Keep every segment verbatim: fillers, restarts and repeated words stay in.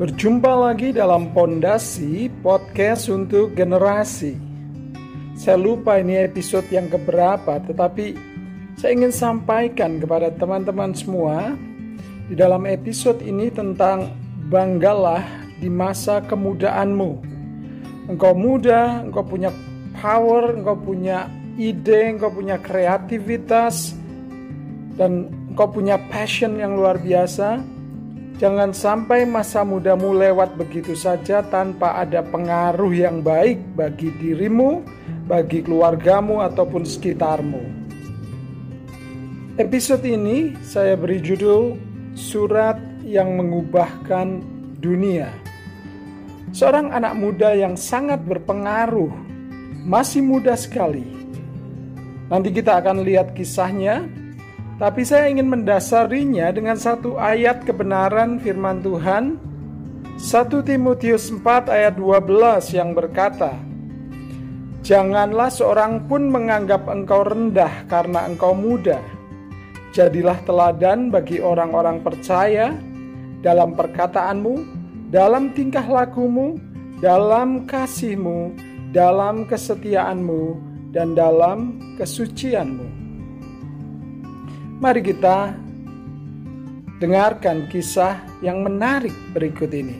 Berjumpa lagi dalam Pondasi Podcast untuk Generasi. Saya lupa ini episode yang keberapa, tetapi saya ingin sampaikan kepada teman-teman semua di dalam episode ini tentang banggalah di masa kemudaanmu. Engkau muda, engkau punya power, engkau punya ide, engkau punya kreativitas, dan engkau punya passion yang luar biasa. Jangan sampai masa mudamu lewat begitu saja tanpa ada pengaruh yang baik bagi dirimu, bagi keluargamu, ataupun sekitarmu. Episode ini saya beri judul Surat yang Mengubahkan Dunia. Seorang anak muda yang sangat berpengaruh, masih muda sekali. Nanti kita akan lihat kisahnya. Tapi saya ingin mendasarinya dengan satu ayat kebenaran firman Tuhan, satu Timotius empat ayat dua belas yang berkata, "Janganlah seorang pun menganggap engkau rendah karena engkau muda. Jadilah teladan bagi orang-orang percaya dalam perkataanmu, dalam tingkah lakumu, dalam kasihmu, dalam kesetiaanmu, dan dalam kesucianmu." Mari kita dengarkan kisah yang menarik berikut ini.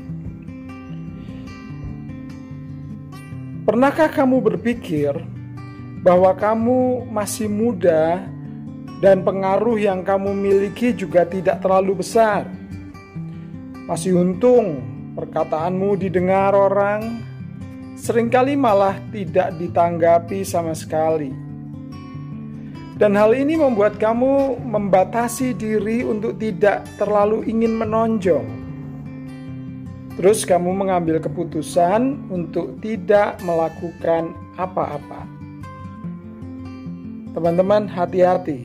Pernahkah kamu berpikir bahwa kamu masih muda dan pengaruh yang kamu miliki juga tidak terlalu besar? Masih untung perkataanmu didengar orang, seringkali malah tidak ditanggapi sama sekali. Dan hal ini membuat kamu membatasi diri untuk tidak terlalu ingin menonjol. Terus kamu mengambil keputusan untuk tidak melakukan apa-apa. Teman-teman, hati-hati.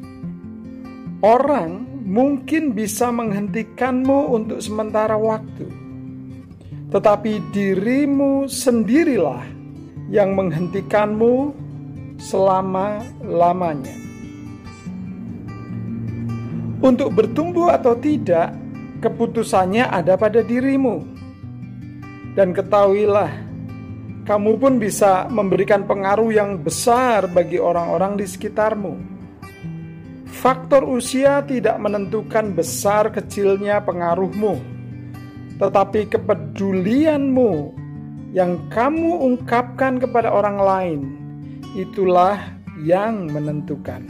Orang mungkin bisa menghentikanmu untuk sementara waktu, tetapi dirimu sendirilah yang menghentikanmu selama-lamanya. Untuk bertumbuh atau tidak, keputusannya ada pada dirimu. Dan ketahuilah, kamu pun bisa memberikan pengaruh yang besar bagi orang-orang di sekitarmu. Faktor usia tidak menentukan besar kecilnya pengaruhmu, tetapi kepedulianmu yang kamu ungkapkan kepada orang lain, itulah yang menentukan.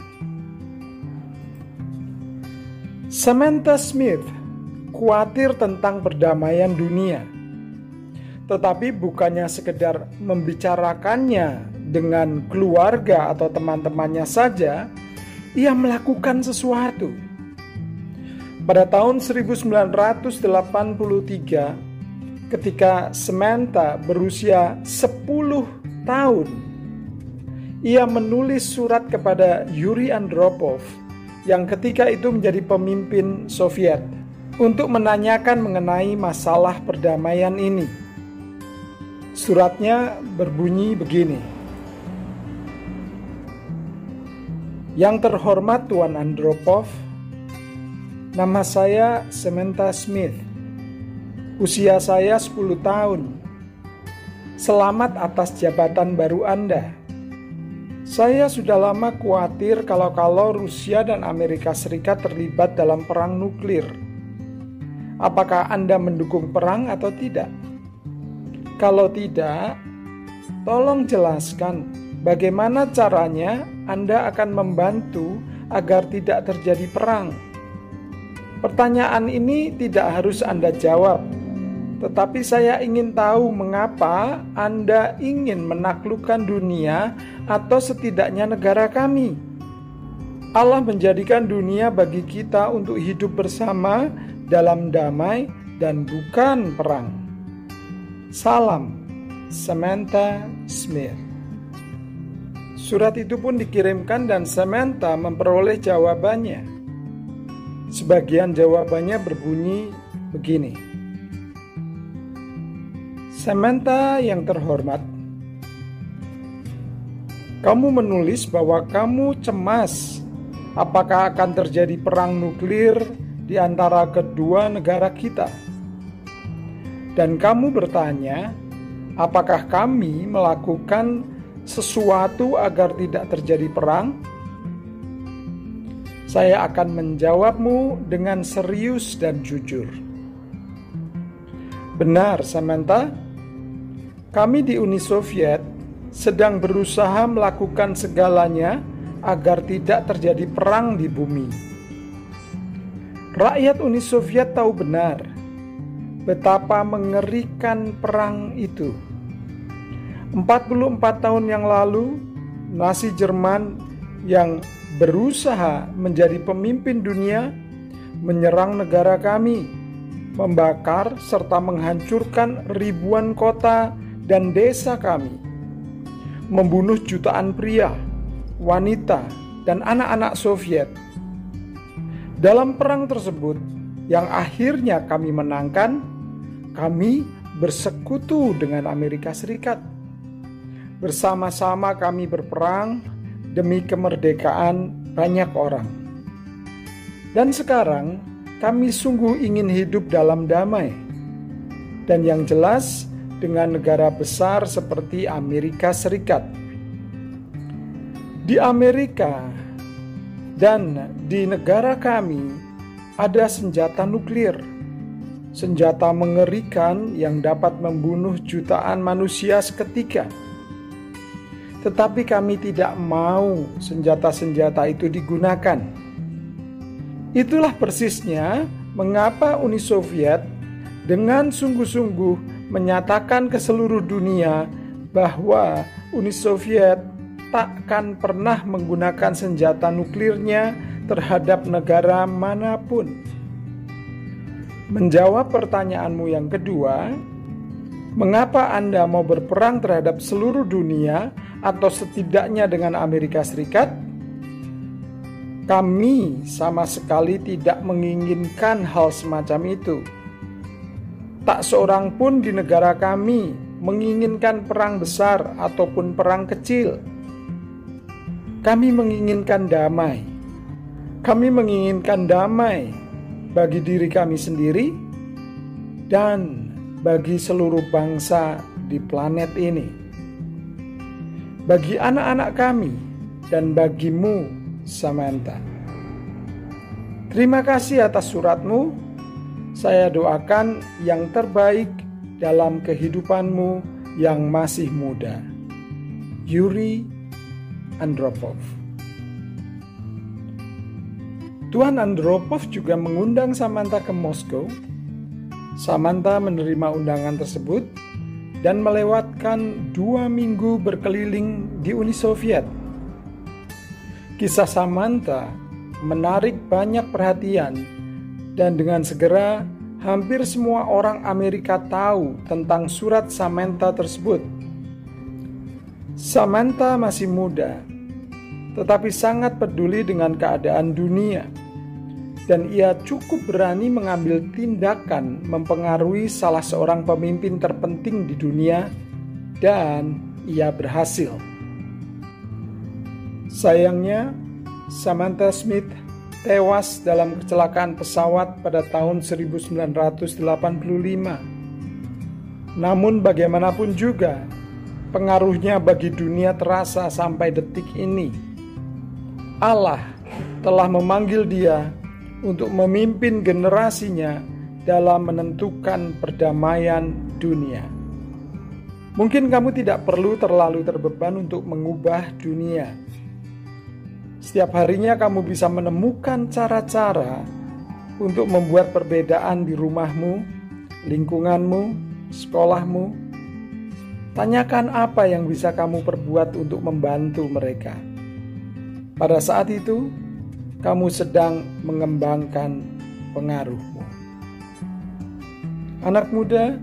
Samantha Smith khawatir tentang perdamaian dunia, tetapi bukannya sekedar membicarakannya dengan keluarga atau teman-temannya saja, ia melakukan sesuatu. Pada tahun seribu sembilan ratus delapan puluh tiga, ketika Samantha berusia sepuluh tahun, ia menulis surat kepada Yuri Andropov yang ketika itu menjadi pemimpin Soviet untuk menanyakan mengenai masalah perdamaian ini. Suratnya berbunyi begini: "Yang terhormat Tuan Andropov, nama saya Samantha Smith. Usia saya sepuluh tahun. Selamat atas jabatan baru Anda. Saya sudah lama khawatir kalau-kalau Rusia dan Amerika Serikat terlibat dalam perang nuklir. Apakah Anda mendukung perang atau tidak? Kalau tidak, tolong jelaskan bagaimana caranya Anda akan membantu agar tidak terjadi perang. Pertanyaan ini tidak harus Anda jawab, tetapi saya ingin tahu mengapa Anda ingin menaklukkan dunia atau setidaknya negara kami. Allah menjadikan dunia bagi kita untuk hidup bersama dalam damai dan bukan perang. Salam, Samantha Smith." Surat itu pun dikirimkan dan Samantha memperoleh jawabannya. Sebagian jawabannya berbunyi begini: "Samantha yang terhormat, kamu menulis bahwa kamu cemas apakah akan terjadi perang nuklir di antara kedua negara kita. dan kamu bertanya, apakah kami melakukan sesuatu agar tidak terjadi perang? Saya akan menjawabmu dengan serius dan jujur. Benar, Samantha. Kami di Uni Soviet sedang berusaha melakukan segalanya agar tidak terjadi perang di bumi. Rakyat Uni Soviet tahu benar betapa mengerikan perang itu. empat puluh empat tahun yang lalu, Nazi Jerman yang berusaha menjadi pemimpin dunia menyerang negara kami, membakar serta menghancurkan ribuan kota dan desa kami, membunuh jutaan pria, wanita, dan anak-anak Soviet. Dalam perang tersebut yang akhirnya kami menangkan, kami bersekutu dengan Amerika Serikat. Bersama-sama kami berperang demi kemerdekaan banyak orang. Dan sekarang kami sungguh ingin hidup dalam damai. Dan yang jelas dengan negara besar seperti Amerika Serikat. Di Amerika dan di negara kami ada senjata nuklir. Senjata mengerikan yang dapat membunuh jutaan manusia seketika. Tetapi kami tidak mau senjata-senjata itu digunakan. Itulah persisnya mengapa Uni Soviet dengan sungguh-sungguh menyatakan ke seluruh dunia bahwa Uni Soviet takkan pernah menggunakan senjata nuklirnya terhadap negara manapun. Menjawab pertanyaanmu yang kedua, mengapa Anda mau berperang terhadap seluruh dunia atau setidaknya dengan Amerika Serikat? Kami sama sekali tidak menginginkan hal semacam itu. Tak seorang pun di negara kami menginginkan perang besar ataupun perang kecil. Kami menginginkan damai. Kami menginginkan damai bagi diri kami sendiri dan bagi seluruh bangsa di planet ini. Bagi anak-anak kami dan bagimu, Samantha. Terima kasih atas suratmu. Saya doakan yang terbaik dalam kehidupanmu yang masih muda. Yuri Andropov. Tuan Andropov juga mengundang Samantha ke Moskow. Samantha menerima undangan tersebut dan melewatkan dua minggu berkeliling di Uni Soviet. Kisah Samantha menarik banyak perhatian dan dengan segera hampir semua orang Amerika tahu tentang surat Samantha tersebut. Samantha masih muda, tetapi sangat peduli dengan keadaan dunia. Dan ia cukup berani mengambil tindakan mempengaruhi salah seorang pemimpin terpenting di dunia, dan ia berhasil. Sayangnya, Samantha Smith tewas dalam kecelakaan pesawat pada tahun seribu sembilan ratus delapan puluh lima. Namun bagaimanapun juga, pengaruhnya bagi dunia terasa sampai detik ini. Allah telah memanggil dia untuk memimpin generasinya dalam menentukan perdamaian dunia. Mungkin kamu tidak perlu terlalu terbeban untuk mengubah dunia. Setiap harinya kamu bisa menemukan cara-cara untuk membuat perbedaan di rumahmu, lingkunganmu, sekolahmu. Tanyakan apa yang bisa kamu perbuat untuk membantu mereka. Pada saat itu, kamu sedang mengembangkan pengaruhmu. Anak muda,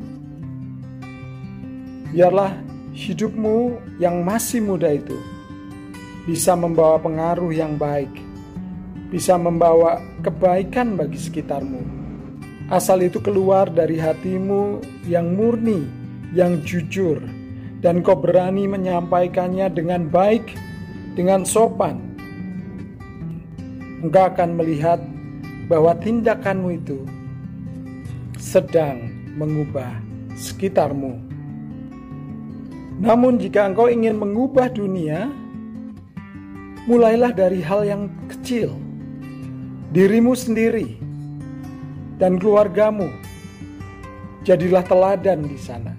biarlah hidupmu yang masih muda itu bisa membawa pengaruh yang baik, bisa membawa kebaikan bagi sekitarmu. Asal itu keluar dari hatimu yang murni, yang jujur, dan kau berani menyampaikannya dengan baik, dengan sopan. Engkau akan melihat bahwa tindakanmu itu sedang mengubah sekitarmu. Namun jika engkau ingin mengubah dunia, mulailah dari hal yang kecil, dirimu sendiri dan keluargamu. Jadilah teladan di sana.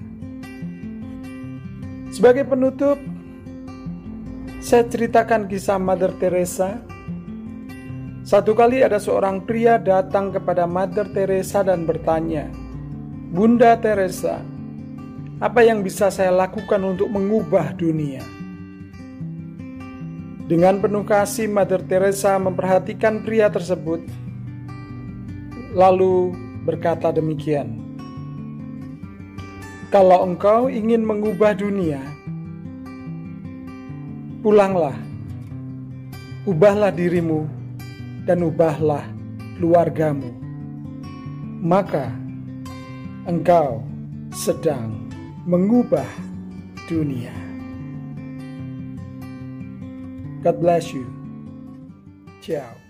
Sebagai penutup, saya ceritakan kisah Mother Teresa. Satu kali ada seorang pria datang kepada Mother Teresa dan bertanya, "Bunda Teresa, apa yang bisa saya lakukan untuk mengubah dunia?" Dengan penuh kasih, Mother Teresa memperhatikan pria tersebut, lalu berkata demikian, "Kalau engkau ingin mengubah dunia, pulanglah, ubahlah dirimu, dan ubahlah keluargamu. Maka engkau sedang mengubah dunia." God bless you. Ciao.